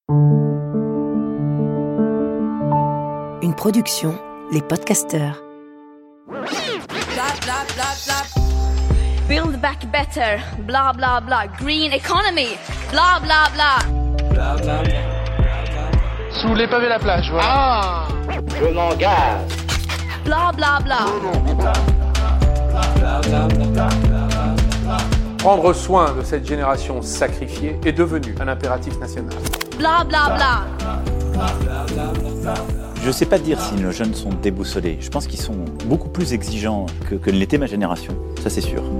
Une production, Les Podcasteurs. Build back better, blah blah blah. Green economy, blah blah blah. Sous les pavés la plage, voilà. Ah, je m'engage. Blah blah blah. Prendre soin de cette génération sacrifiée est devenu un impératif national. Blah blah blah. Je ne sais pas dire si nos jeunes sont déboussolés. Je pense qu'ils sont beaucoup plus exigeants que ne l'était ma génération. Ça, c'est sûr.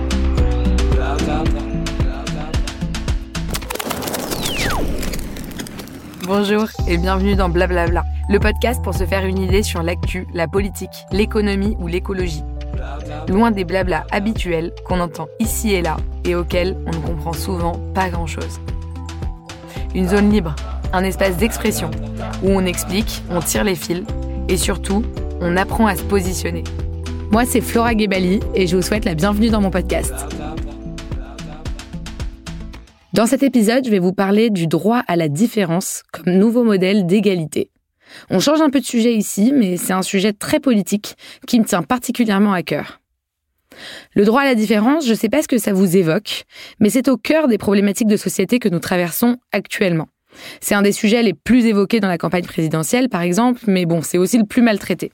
Bonjour et bienvenue dans Blablabla, le podcast pour se faire une idée sur l'actu, la politique, l'économie ou l'écologie. Loin des blablas habituels qu'on entend ici et là et auxquels on ne comprend souvent pas grand-chose. Une zone libre, un espace d'expression où on explique, on tire les fils et surtout, on apprend à se positionner. Moi, c'est Flora Gebali et je vous souhaite la bienvenue dans mon podcast. Dans cet épisode, je vais vous parler du droit à la différence comme nouveau modèle d'égalité. On change un peu de sujet ici, mais c'est un sujet très politique qui me tient particulièrement à cœur. Le droit à la différence, je ne sais pas ce que ça vous évoque, mais c'est au cœur des problématiques de société que nous traversons actuellement. C'est un des sujets les plus évoqués dans la campagne présidentielle, par exemple, mais bon, c'est aussi le plus maltraité.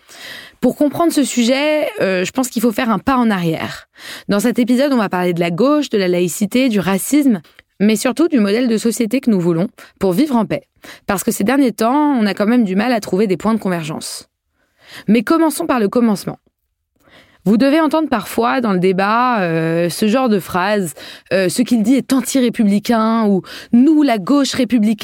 Pour comprendre ce sujet, je pense qu'il faut faire un pas en arrière. Dans cet épisode, on va parler de la gauche, de la laïcité, du racisme, mais surtout du modèle de société que nous voulons pour vivre en paix. Parce que ces derniers temps, on a quand même du mal à trouver des points de convergence. Mais commençons par le commencement. Vous devez entendre parfois dans le débat ce genre de phrase, ce qu'il dit est anti-républicain ou « nous, la gauche républicaine ».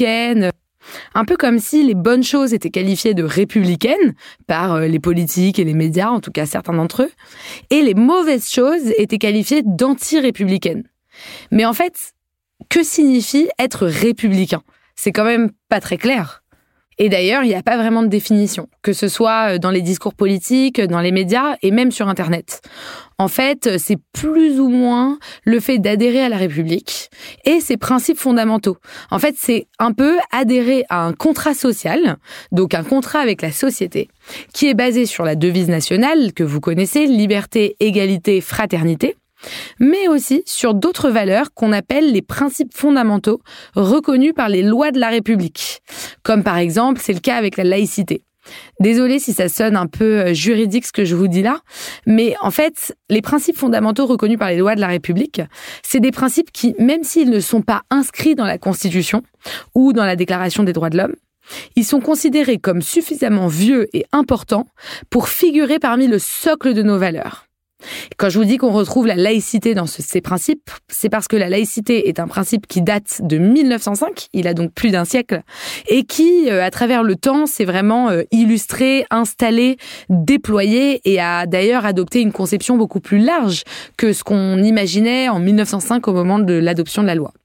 Un peu comme si les bonnes choses étaient qualifiées de républicaines par les politiques et les médias, en tout cas certains d'entre eux, et les mauvaises choses étaient qualifiées d'anti-républicaines. Mais en fait, que signifie être républicain ? C'est quand même pas très clair. Et d'ailleurs, il n'y a pas vraiment de définition, que ce soit dans les discours politiques, dans les médias et même sur Internet. En fait, c'est plus ou moins le fait d'adhérer à la République et ses principes fondamentaux. En fait, c'est un peu adhérer à un contrat social, donc un contrat avec la société, qui est basé sur la devise nationale que vous connaissez, liberté, égalité, fraternité, mais aussi sur d'autres valeurs qu'on appelle les principes fondamentaux reconnus par les lois de la République, comme par exemple, c'est le cas avec la laïcité. Désolée si ça sonne un peu juridique ce que je vous dis là, mais en fait, les principes fondamentaux reconnus par les lois de la République, c'est des principes qui, même s'ils ne sont pas inscrits dans la Constitution ou dans la Déclaration des droits de l'homme, ils sont considérés comme suffisamment vieux et importants pour figurer parmi le socle de nos valeurs. Quand je vous dis qu'on retrouve la laïcité dans ces principes, c'est parce que la laïcité est un principe qui date de 1905, il a donc plus d'un siècle, et qui, à travers le temps, s'est vraiment illustré, installé, déployé, et a d'ailleurs adopté une conception beaucoup plus large que ce qu'on imaginait en 1905 au moment de l'adoption de la loi.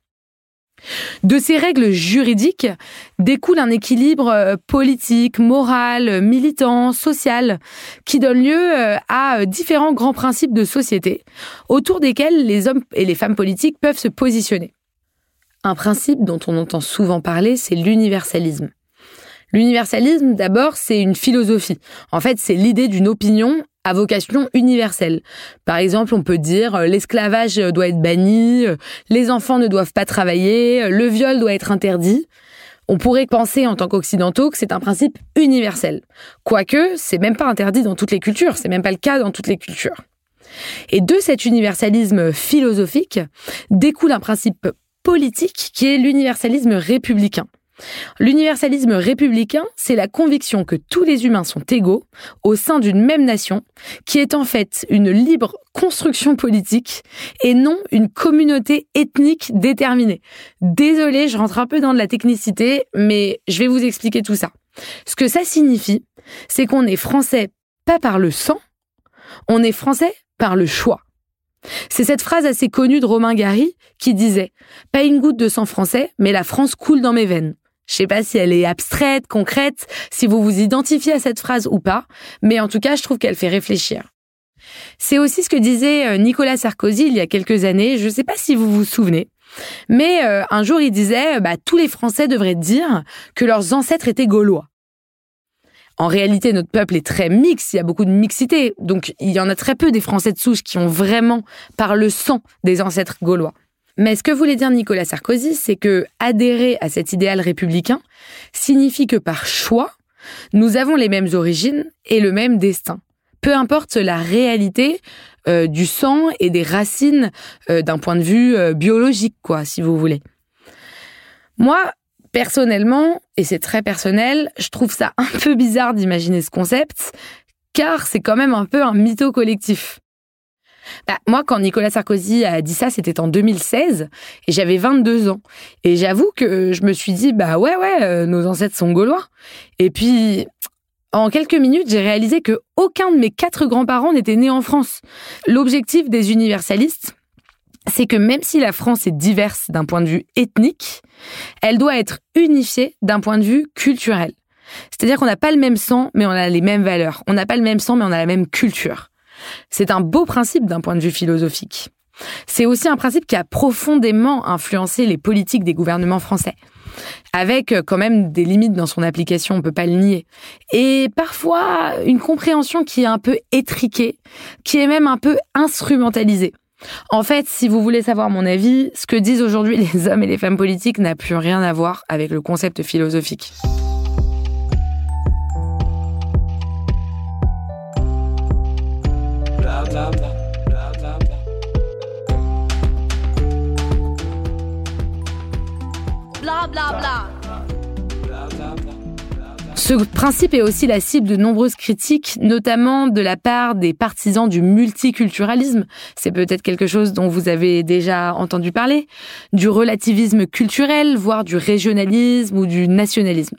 De ces règles juridiques découle un équilibre politique, moral, militant, social, qui donne lieu à différents grands principes de société, autour desquels les hommes et les femmes politiques peuvent se positionner. Un principe dont on entend souvent parler, c'est l'universalisme. L'universalisme, d'abord, c'est une philosophie. En fait, c'est l'idée d'une opinion à vocation universelle. Par exemple, on peut dire l'esclavage doit être banni, les enfants ne doivent pas travailler, le viol doit être interdit. On pourrait penser en tant qu'occidentaux que c'est un principe universel. Quoique, c'est même pas interdit dans toutes les cultures, c'est même pas le cas dans toutes les cultures. Et de cet universalisme philosophique découle un principe politique qui est l'universalisme républicain. L'universalisme républicain, c'est la conviction que tous les humains sont égaux au sein d'une même nation, qui est en fait une libre construction politique et non une communauté ethnique déterminée. Désolée, je rentre un peu dans de la technicité, mais je vais vous expliquer tout ça. Ce que ça signifie, c'est qu'on est français pas par le sang, on est français par le choix. C'est cette phrase assez connue de Romain Gary qui disait « Pas une goutte de sang français, mais la France coule dans mes veines ». Je sais pas si elle est abstraite, concrète, si vous vous identifiez à cette phrase ou pas, mais en tout cas, je trouve qu'elle fait réfléchir. C'est aussi ce que disait Nicolas Sarkozy il y a quelques années, je sais pas si vous vous souvenez, Mais un jour, il disait tous les Français devraient dire que leurs ancêtres étaient gaulois. En réalité, notre peuple est très mixte, il y a beaucoup de mixité, donc il y en a très peu des Français de souche qui ont vraiment, par le sang, des ancêtres gaulois. Mais ce que voulait dire Nicolas Sarkozy, c'est que adhérer à cet idéal républicain signifie que par choix, nous avons les mêmes origines et le même destin. Peu importe la réalité du sang et des racines d'un point de vue biologique, si vous voulez. Moi, personnellement, et c'est très personnel, je trouve ça un peu bizarre d'imaginer ce concept, car c'est quand même un peu un mytho collectif. Moi, quand Nicolas Sarkozy a dit ça, c'était en 2016, et j'avais 22 ans. Et j'avoue que je me suis dit, nos ancêtres sont gaulois. Et puis, en quelques minutes, j'ai réalisé que aucun de mes 4 grands-parents n'était né en France. L'objectif des universalistes, c'est que même si la France est diverse d'un point de vue ethnique, elle doit être unifiée d'un point de vue culturel. C'est-à-dire qu'on n'a pas le même sang, mais on a les mêmes valeurs. On n'a pas le même sang, mais on a la même culture. C'est un beau principe d'un point de vue philosophique. C'est aussi un principe qui a profondément influencé les politiques des gouvernements français, avec quand même des limites dans son application, on peut pas le nier. Et parfois, une compréhension qui est un peu étriquée, qui est même un peu instrumentalisée. En fait, si vous voulez savoir mon avis, ce que disent aujourd'hui les hommes et les femmes politiques n'a plus rien à voir avec le concept philosophique. Bla bla bla. Ce principe est aussi la cible de nombreuses critiques, notamment de la part des partisans du multiculturalisme. C'est peut-être quelque chose dont vous avez déjà entendu parler, du relativisme culturel, voire du régionalisme ou du nationalisme.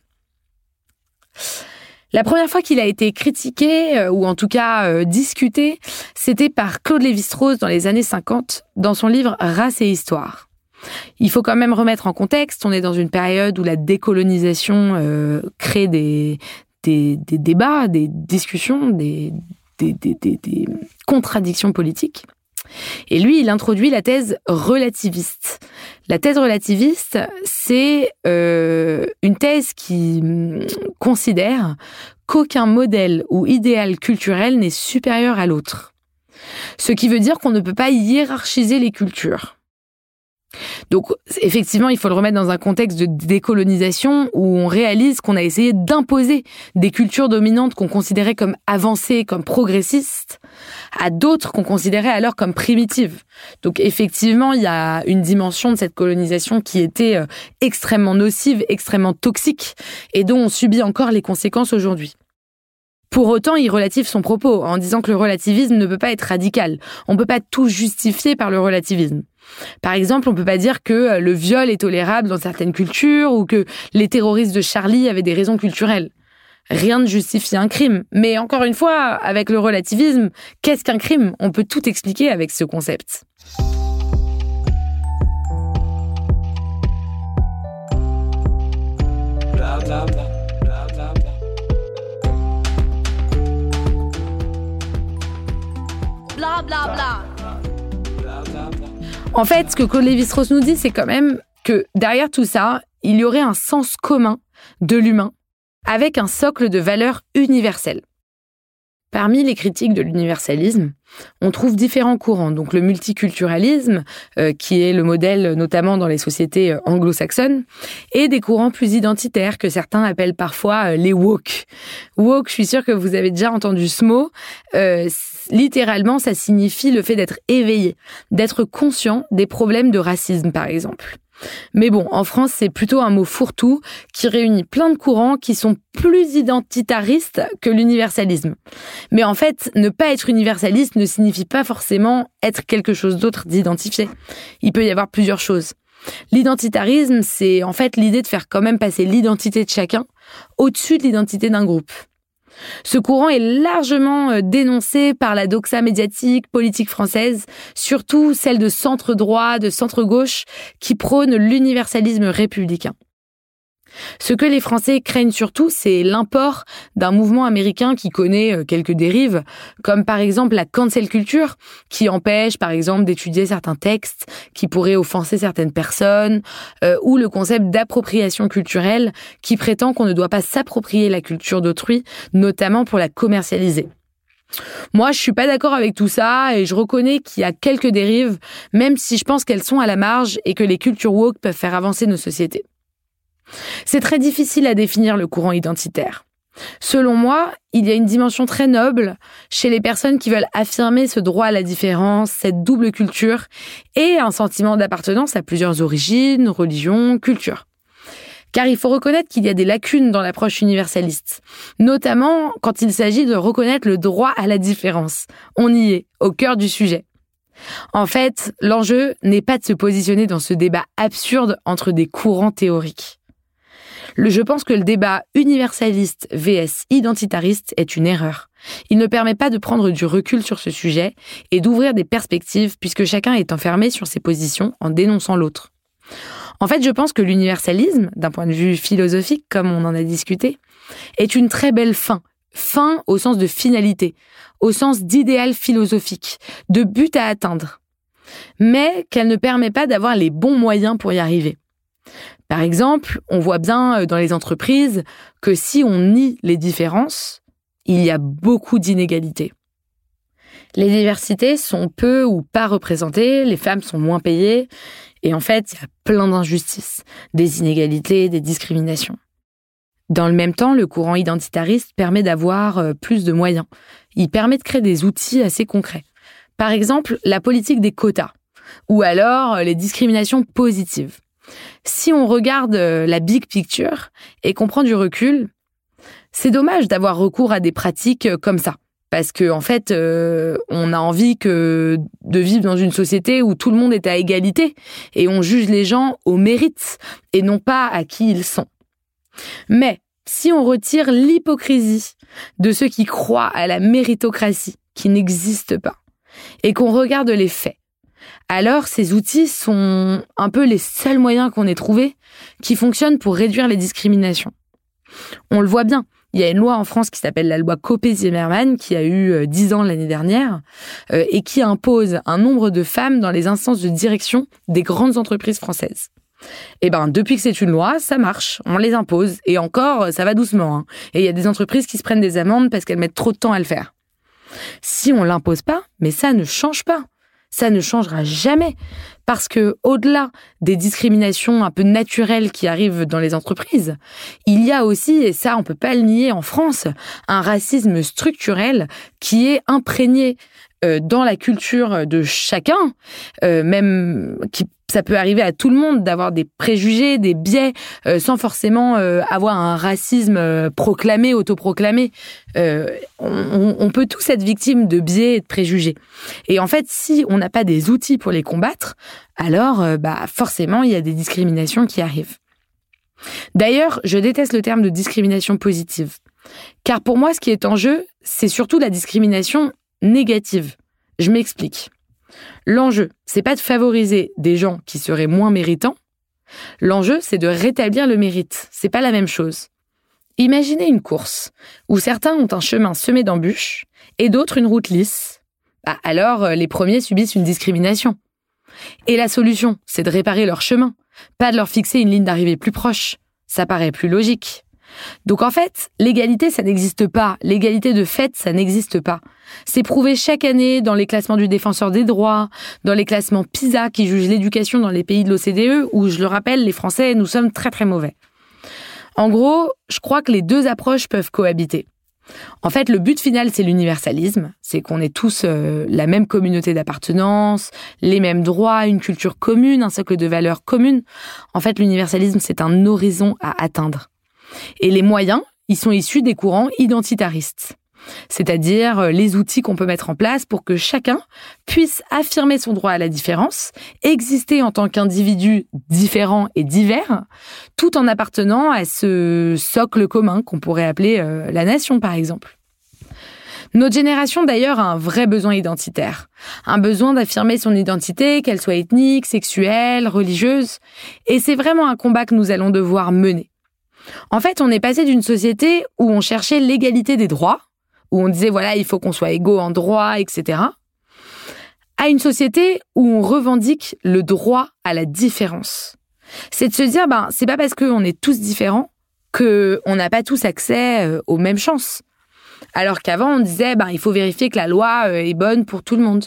La première fois qu'il a été critiqué, ou en tout cas discuté, c'était par Claude Lévi-Strauss dans les années 50, dans son livre « Race et Histoire ». Il faut quand même remettre en contexte, on est dans une période où la décolonisation crée des débats, des discussions, des contradictions politiques. Et lui, il introduit la thèse relativiste. La thèse relativiste, c'est une thèse qui considère qu'aucun modèle ou idéal culturel n'est supérieur à l'autre. Ce qui veut dire qu'on ne peut pas hiérarchiser les cultures. Donc, effectivement, il faut le remettre dans un contexte de décolonisation où on réalise qu'on a essayé d'imposer des cultures dominantes qu'on considérait comme avancées, comme progressistes, à d'autres qu'on considérait alors comme primitives. Donc, effectivement, il y a une dimension de cette colonisation qui était extrêmement nocive, extrêmement toxique, et dont on subit encore les conséquences aujourd'hui. Pour autant, il relative son propos en disant que le relativisme ne peut pas être radical. On ne peut pas tout justifier par le relativisme. Par exemple, on ne peut pas dire que le viol est tolérable dans certaines cultures ou que les terroristes de Charlie avaient des raisons culturelles. Rien ne justifie un crime. Mais encore une fois, avec le relativisme, qu'est-ce qu'un crime ? On peut tout expliquer avec ce concept. Bla, bla, bla. Bla bla bla. En fait, ce que Claude Lévi-Strauss nous dit, c'est quand même que derrière tout ça, il y aurait un sens commun de l'humain avec un socle de valeurs universelles. Parmi les critiques de l'universalisme, on trouve différents courants. Donc le multiculturalisme, qui est le modèle notamment dans les sociétés anglo-saxonnes, et des courants plus identitaires que certains appellent parfois les woke. Woke, je suis sûre que vous avez déjà entendu ce mot. Littéralement, ça signifie le fait d'être éveillé, d'être conscient des problèmes de racisme, par exemple. Mais bon, en France, c'est plutôt un mot fourre-tout qui réunit plein de courants qui sont plus identitaristes que l'universalisme. Mais en fait, ne pas être universaliste ne signifie pas forcément être quelque chose d'autre d'identifié. Il peut y avoir plusieurs choses. L'identitarisme, c'est en fait l'idée de faire quand même passer l'identité de chacun au-dessus de l'identité d'un groupe. Ce courant est largement dénoncé par la doxa médiatique politique française, surtout celle de centre-droit, de centre-gauche, qui prône l'universalisme républicain. Ce que les Français craignent surtout, c'est l'import d'un mouvement américain qui connaît quelques dérives, comme par exemple la cancel culture, qui empêche par exemple d'étudier certains textes qui pourraient offenser certaines personnes, ou le concept d'appropriation culturelle, qui prétend qu'on ne doit pas s'approprier la culture d'autrui, notamment pour la commercialiser. Moi, je suis pas d'accord avec tout ça et je reconnais qu'il y a quelques dérives, même si je pense qu'elles sont à la marge et que les cultures woke peuvent faire avancer nos sociétés. C'est très difficile à définir le courant identitaire. Selon moi, il y a une dimension très noble chez les personnes qui veulent affirmer ce droit à la différence, cette double culture et un sentiment d'appartenance à plusieurs origines, religions, cultures. Car il faut reconnaître qu'il y a des lacunes dans l'approche universaliste, notamment quand il s'agit de reconnaître le droit à la différence. On y est, au cœur du sujet. En fait, l'enjeu n'est pas de se positionner dans ce débat absurde entre des courants théoriques. Je pense que le débat universaliste vs identitariste est une erreur. Il ne permet pas de prendre du recul sur ce sujet et d'ouvrir des perspectives puisque chacun est enfermé sur ses positions en dénonçant l'autre. En fait, je pense que l'universalisme, d'un point de vue philosophique, comme on en a discuté, est une très belle fin. Fin au sens de finalité, au sens d'idéal philosophique, de but à atteindre. Mais qu'elle ne permet pas d'avoir les bons moyens pour y arriver. Par exemple, on voit bien dans les entreprises que si on nie les différences, il y a beaucoup d'inégalités. Les diversités sont peu ou pas représentées, les femmes sont moins payées, et en fait, il y a plein d'injustices, des inégalités, des discriminations. Dans le même temps, le courant identitariste permet d'avoir plus de moyens. Il permet de créer des outils assez concrets. Par exemple, la politique des quotas, ou alors les discriminations positives. Si on regarde la big picture et qu'on prend du recul, c'est dommage d'avoir recours à des pratiques comme ça. Parce que en fait, on a envie de vivre dans une société où tout le monde est à égalité et on juge les gens au mérite et non pas à qui ils sont. Mais si on retire l'hypocrisie de ceux qui croient à la méritocratie, qui n'existe pas, et qu'on regarde les faits, alors ces outils sont un peu les seuls moyens qu'on ait trouvés qui fonctionnent pour réduire les discriminations. On le voit bien, il y a une loi en France qui s'appelle la loi Copé-Zimmermann, qui a eu 10 ans l'année dernière, et qui impose un nombre de femmes dans les instances de direction des grandes entreprises françaises. Et depuis que c'est une loi, ça marche, on les impose, et encore, ça va doucement, hein. Et il y a des entreprises qui se prennent des amendes parce qu'elles mettent trop de temps à le faire. Si on l'impose pas, mais ça ne change pas. Ça ne changera jamais parce que, au-delà des discriminations un peu naturelles qui arrivent dans les entreprises, il y a aussi, et ça on peut pas le nier en France, un racisme structurel qui est imprégné dans la culture de chacun, même ça peut arriver à tout le monde d'avoir des préjugés, des biais, sans forcément avoir un racisme proclamé, autoproclamé. On peut tous être victimes de biais et de préjugés. Et en fait, si on n'a pas des outils pour les combattre, alors forcément, il y a des discriminations qui arrivent. D'ailleurs, je déteste le terme de discrimination positive. Car pour moi, ce qui est en jeu, c'est surtout la discrimination négative. Je m'explique. L'enjeu, c'est pas de favoriser des gens qui seraient moins méritants. L'enjeu, c'est de rétablir le mérite. C'est pas la même chose. Imaginez une course où certains ont un chemin semé d'embûches et d'autres une route lisse. Alors, les premiers subissent une discrimination. Et la solution, c'est de réparer leur chemin, pas de leur fixer une ligne d'arrivée plus proche. Ça paraît plus logique. Donc en fait, l'égalité, ça n'existe pas. L'égalité de fait, ça n'existe pas. C'est prouvé chaque année dans les classements du Défenseur des droits, dans les classements PISA qui jugent l'éducation dans les pays de l'OCDE, où, je le rappelle, les Français, nous sommes très très mauvais. En gros, je crois que les deux approches peuvent cohabiter. En fait, le but final, c'est l'universalisme. C'est qu'on ait tous la même communauté d'appartenance, les mêmes droits, une culture commune, un socle de valeurs communes. En fait, l'universalisme, c'est un horizon à atteindre. Et les moyens, ils sont issus des courants identitaristes. C'est-à-dire les outils qu'on peut mettre en place pour que chacun puisse affirmer son droit à la différence, exister en tant qu'individu différent et divers, tout en appartenant à ce socle commun qu'on pourrait appeler la nation, par exemple. Notre génération, d'ailleurs, a un vrai besoin identitaire. Un besoin d'affirmer son identité, qu'elle soit ethnique, sexuelle, religieuse. Et c'est vraiment un combat que nous allons devoir mener. En fait, on est passé d'une société où on cherchait l'égalité des droits, où on disait, voilà, il faut qu'on soit égaux en droit, etc., à une société où on revendique le droit à la différence. C'est de se dire, c'est pas parce qu'on est tous différents qu'on n'a pas tous accès aux mêmes chances. Alors qu'avant, on disait, il faut vérifier que la loi est bonne pour tout le monde.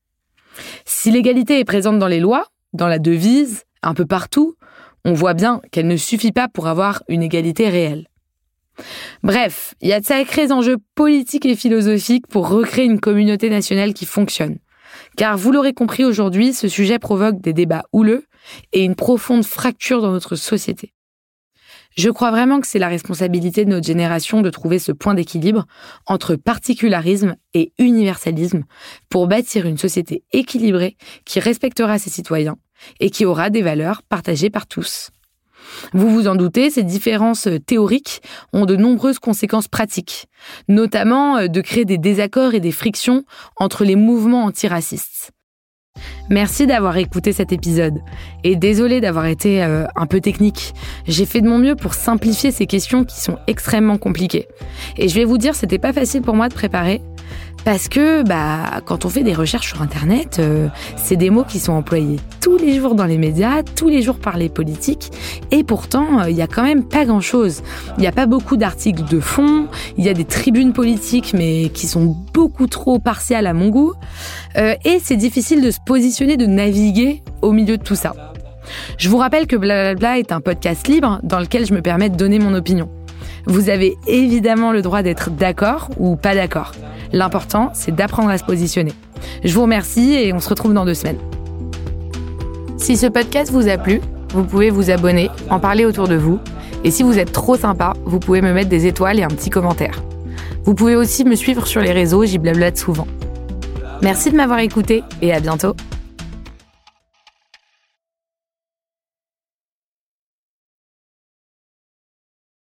Si l'égalité est présente dans les lois, dans la devise, un peu partout, on voit bien qu'elle ne suffit pas pour avoir une égalité réelle. Bref, il y a de sacrés enjeux politiques et philosophiques pour recréer une communauté nationale qui fonctionne. Car vous l'aurez compris aujourd'hui, ce sujet provoque des débats houleux et une profonde fracture dans notre société. Je crois vraiment que c'est la responsabilité de notre génération de trouver ce point d'équilibre entre particularisme et universalisme pour bâtir une société équilibrée qui respectera ses citoyens et qui aura des valeurs partagées par tous. Vous vous en doutez, ces différences théoriques ont de nombreuses conséquences pratiques, notamment de créer des désaccords et des frictions entre les mouvements antiracistes. Merci d'avoir écouté cet épisode et désolé d'avoir été un peu technique. J'ai fait de mon mieux pour simplifier ces questions qui sont extrêmement compliquées. Et je vais vous dire, c'était pas facile pour moi de préparer parce que quand on fait des recherches sur Internet, c'est des mots qui sont employés tous les jours dans les médias, tous les jours par les politiques et pourtant, il y a quand même pas grand-chose. Il n'y a pas beaucoup d'articles de fond, il y a des tribunes politiques mais qui sont beaucoup trop partiales à mon goût et c'est difficile de se positionner, de naviguer au milieu de tout ça. Je vous rappelle que Blablabla est un podcast libre dans lequel je me permets de donner mon opinion. Vous avez évidemment le droit d'être d'accord ou pas d'accord. L'important, c'est d'apprendre à se positionner. Je vous remercie et on se retrouve dans 2 semaines. Si ce podcast vous a plu, vous pouvez vous abonner, en parler autour de vous. Et si vous êtes trop sympa, vous pouvez me mettre des étoiles et un petit commentaire. Vous pouvez aussi me suivre sur les réseaux, j'y blablate souvent. Merci de m'avoir écouté et à bientôt.